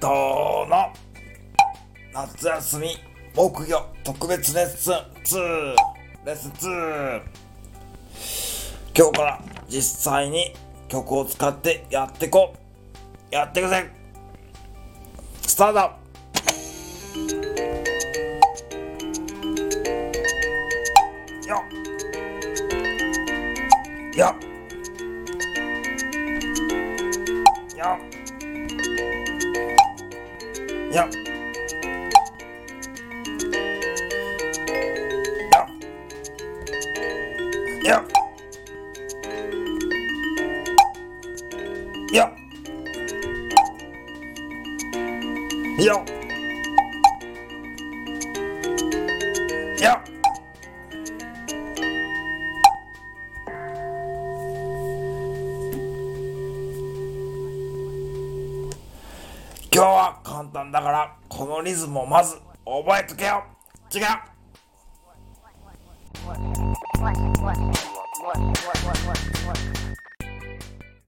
藤の夏休み木魚特別レッスン2レッスン2。今日から実際に曲を使ってやってこう。やってくぜ。スタート。よっよっよっよっよっよっよっよっよっ。今日は簡単だからこのリズムをまず覚えとけよ。違う。